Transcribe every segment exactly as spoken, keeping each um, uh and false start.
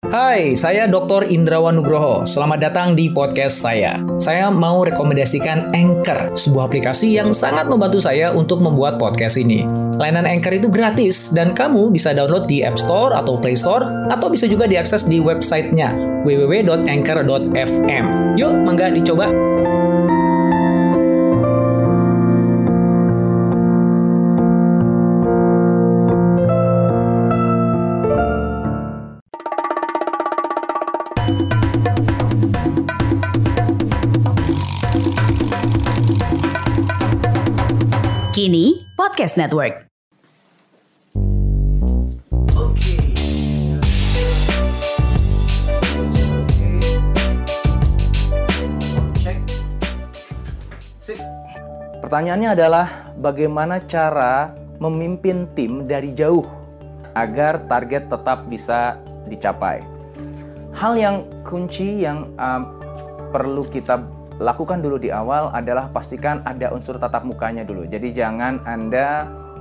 Hai, saya doktor Indrawan Nugroho. Selamat datang di podcast saya. Saya mau rekomendasikan Anchor, sebuah aplikasi yang sangat membantu saya untuk membuat podcast ini. Layanan Anchor itu gratis dan kamu bisa download di App Store atau Play Store atau bisa juga diakses di websitenya w w w dot anchor dot f m. Yuk, mangga dicoba. Kini Podcast Network. Oke. Cek. Sip. Pertanyaannya adalah bagaimana cara memimpin tim dari jauh agar target tetap bisa dicapai. Hal yang kunci yang uh, perlu kita lakukan dulu di awal adalah pastikan ada unsur tatap mukanya dulu. Jadi jangan Anda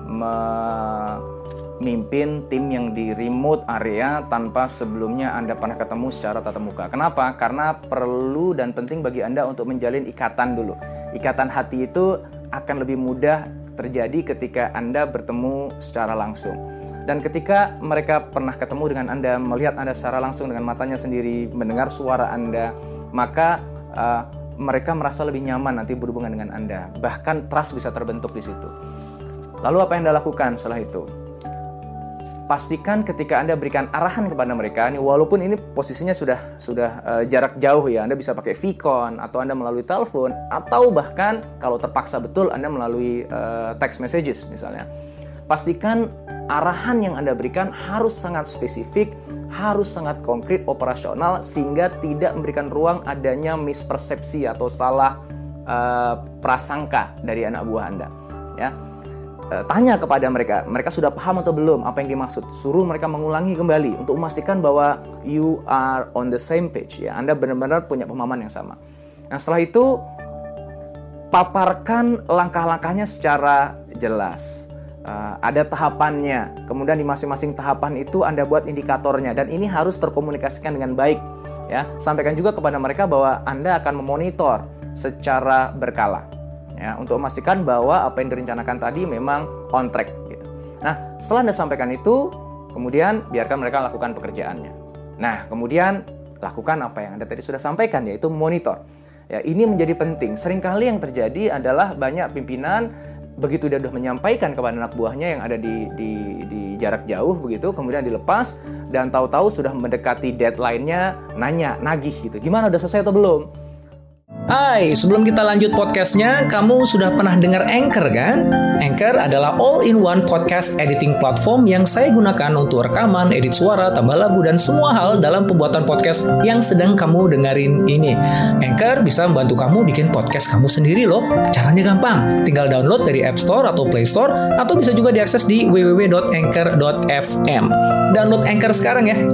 memimpin tim yang di remote area tanpa sebelumnya Anda pernah ketemu secara tatap muka. Kenapa? Karena perlu dan penting bagi Anda untuk menjalin ikatan dulu. Ikatan hati itu akan lebih mudah terjadi ketika Anda bertemu secara langsung. Dan ketika mereka pernah ketemu dengan Anda, melihat Anda secara langsung dengan matanya sendiri, mendengar suara Anda, maka uh, mereka merasa lebih nyaman nanti berhubungan dengan Anda. Bahkan trust bisa terbentuk di situ. Lalu apa yang Anda lakukan setelah itu? Pastikan ketika Anda berikan arahan kepada mereka, ini walaupun ini posisinya sudah sudah uh, jarak jauh ya, Anda bisa pakai V-Con atau Anda melalui telepon atau bahkan kalau terpaksa betul Anda melalui uh, text messages misalnya. Pastikan arahan yang Anda berikan harus sangat spesifik, harus sangat konkret, operasional, sehingga tidak memberikan ruang adanya mispersepsi atau salah uh, prasangka dari anak buah Anda. Ya, uh, tanya kepada mereka, mereka sudah paham atau belum apa yang dimaksud. Suruh mereka mengulangi kembali untuk memastikan bahwa you are on the same page. Ya, Anda benar-benar punya pemahaman yang sama. Nah, setelah itu paparkan langkah-langkahnya secara jelas. Uh, ada tahapannya, kemudian di masing-masing tahapan itu Anda buat indikatornya dan ini harus terkomunikasikan dengan baik ya. Sampaikan juga kepada mereka bahwa Anda akan memonitor secara berkala ya, untuk memastikan bahwa apa yang direncanakan tadi memang on track gitu. Nah, setelah Anda sampaikan itu, kemudian biarkan mereka lakukan pekerjaannya. Nah, kemudian lakukan apa yang Anda tadi sudah sampaikan, yaitu monitor. Ya, ini menjadi penting. Seringkali yang terjadi adalah banyak pimpinan begitu dia sudah menyampaikan kepada anak buahnya yang ada di, di, di jarak jauh begitu, kemudian dilepas dan tahu-tahu sudah mendekati deadline-nya, nanya, nagih gitu. Gimana, udah selesai atau belum? Hai, sebelum kita lanjut podcastnya, kamu sudah pernah dengar Anchor kan? Anchor adalah all-in-one podcast editing platform yang saya gunakan untuk rekaman, edit suara, tambah lagu, dan semua hal dalam pembuatan podcast yang sedang kamu dengerin ini. Anchor bisa membantu kamu bikin podcast kamu sendiri loh. Caranya gampang, tinggal download dari App Store atau Play Store, atau bisa juga diakses di w w w dot anchor dot f m. Download Anchor sekarang ya.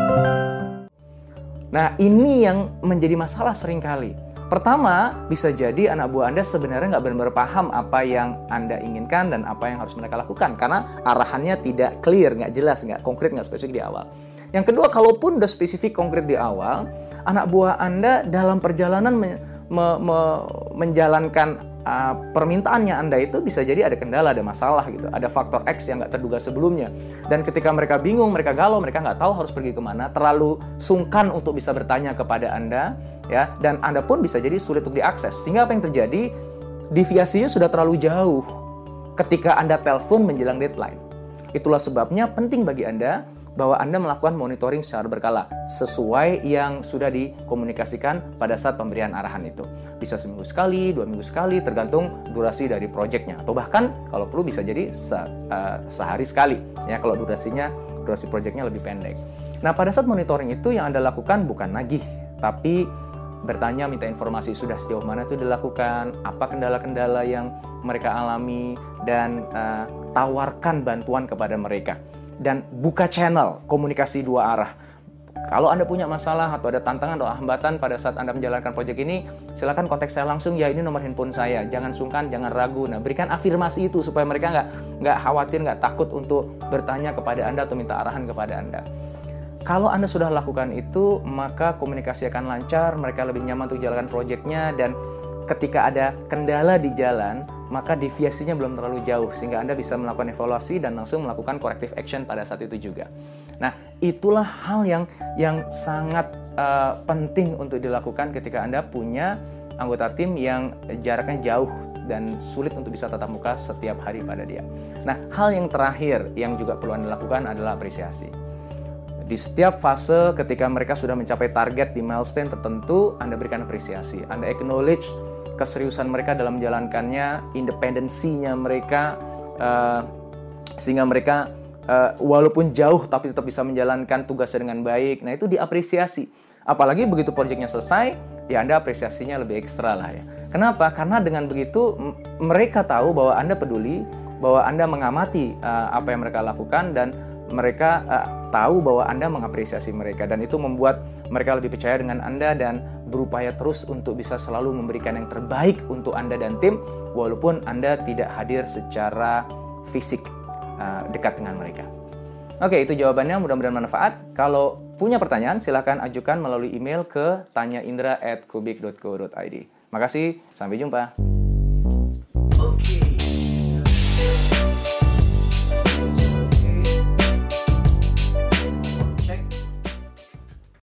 Nah, ini yang menjadi masalah seringkali. Pertama, bisa jadi anak buah Anda sebenarnya nggak benar-benar paham apa yang Anda inginkan dan apa yang harus mereka lakukan karena arahannya tidak clear, nggak jelas, nggak konkret, nggak spesifik di awal. Yang kedua, kalaupun udah spesifik konkret di awal, anak buah Anda dalam perjalanan me- me- me- menjalankan uh, permintaannya Anda itu bisa jadi ada kendala, ada masalah gitu, ada faktor X yang nggak terduga sebelumnya. Dan ketika mereka bingung, mereka galau, mereka nggak tahu harus pergi kemana, terlalu sungkan untuk bisa bertanya kepada Anda, ya, dan Anda pun bisa jadi sulit untuk diakses. Sehingga apa yang terjadi? Deviasinya sudah terlalu jauh ketika Anda telepon menjelang deadline. Itulah sebabnya penting bagi Anda bahwa Anda melakukan monitoring secara berkala sesuai yang sudah dikomunikasikan pada saat pemberian arahan itu. Bisa seminggu sekali, dua minggu sekali, tergantung durasi dari proyeknya. Atau bahkan kalau perlu bisa jadi se- uh, sehari sekali. Ya, kalau durasinya, durasi proyeknya lebih pendek. Nah, pada saat monitoring itu yang Anda lakukan bukan nagih, tapi bertanya, minta informasi sudah sejauh mana itu dilakukan, apa kendala-kendala yang mereka alami, dan uh, tawarkan bantuan kepada mereka. Dan buka channel komunikasi dua arah. Kalau Anda punya masalah atau ada tantangan atau hambatan pada saat Anda menjalankan proyek ini, silakan kontak saya langsung, ya ini nomor handphone saya. Jangan sungkan, jangan ragu. Nah, berikan afirmasi itu supaya mereka nggak nggak khawatir, nggak takut untuk bertanya kepada Anda atau minta arahan kepada Anda. Kalau Anda sudah lakukan itu, maka komunikasi akan lancar, mereka lebih nyaman untuk jalankan proyeknya, dan ketika ada kendala di jalan, maka deviasinya belum terlalu jauh, sehingga Anda bisa melakukan evaluasi dan langsung melakukan corrective action pada saat itu juga. Nah, itulah hal yang yang sangat uh, penting untuk dilakukan ketika Anda punya anggota tim yang jaraknya jauh dan sulit untuk bisa tatap muka setiap hari pada dia. Nah, hal yang terakhir yang juga perlu Anda lakukan adalah apresiasi. Di setiap fase ketika mereka sudah mencapai target di milestone tertentu, Anda berikan apresiasi. Anda acknowledge keseriusan mereka dalam menjalankannya, independensinya mereka, uh, sehingga mereka uh, walaupun jauh tapi tetap bisa menjalankan tugasnya dengan baik. Nah, itu diapresiasi. Apalagi begitu proyeknya selesai, ya Anda apresiasinya lebih ekstra lah ya. Kenapa? Karena dengan begitu m- mereka tahu bahwa Anda peduli, bahwa Anda mengamati uh, apa yang mereka lakukan, dan mereka uh, tahu bahwa Anda mengapresiasi mereka, dan itu membuat mereka lebih percaya dengan Anda dan berupaya terus untuk bisa selalu memberikan yang terbaik untuk Anda dan tim walaupun Anda tidak hadir secara fisik uh, dekat dengan mereka. Oke, itu jawabannya, mudah-mudahan manfaat. Kalau punya pertanyaan, silakan ajukan melalui email ke tanyaindra at kubik dot co dot id. Makasih, sampai jumpa.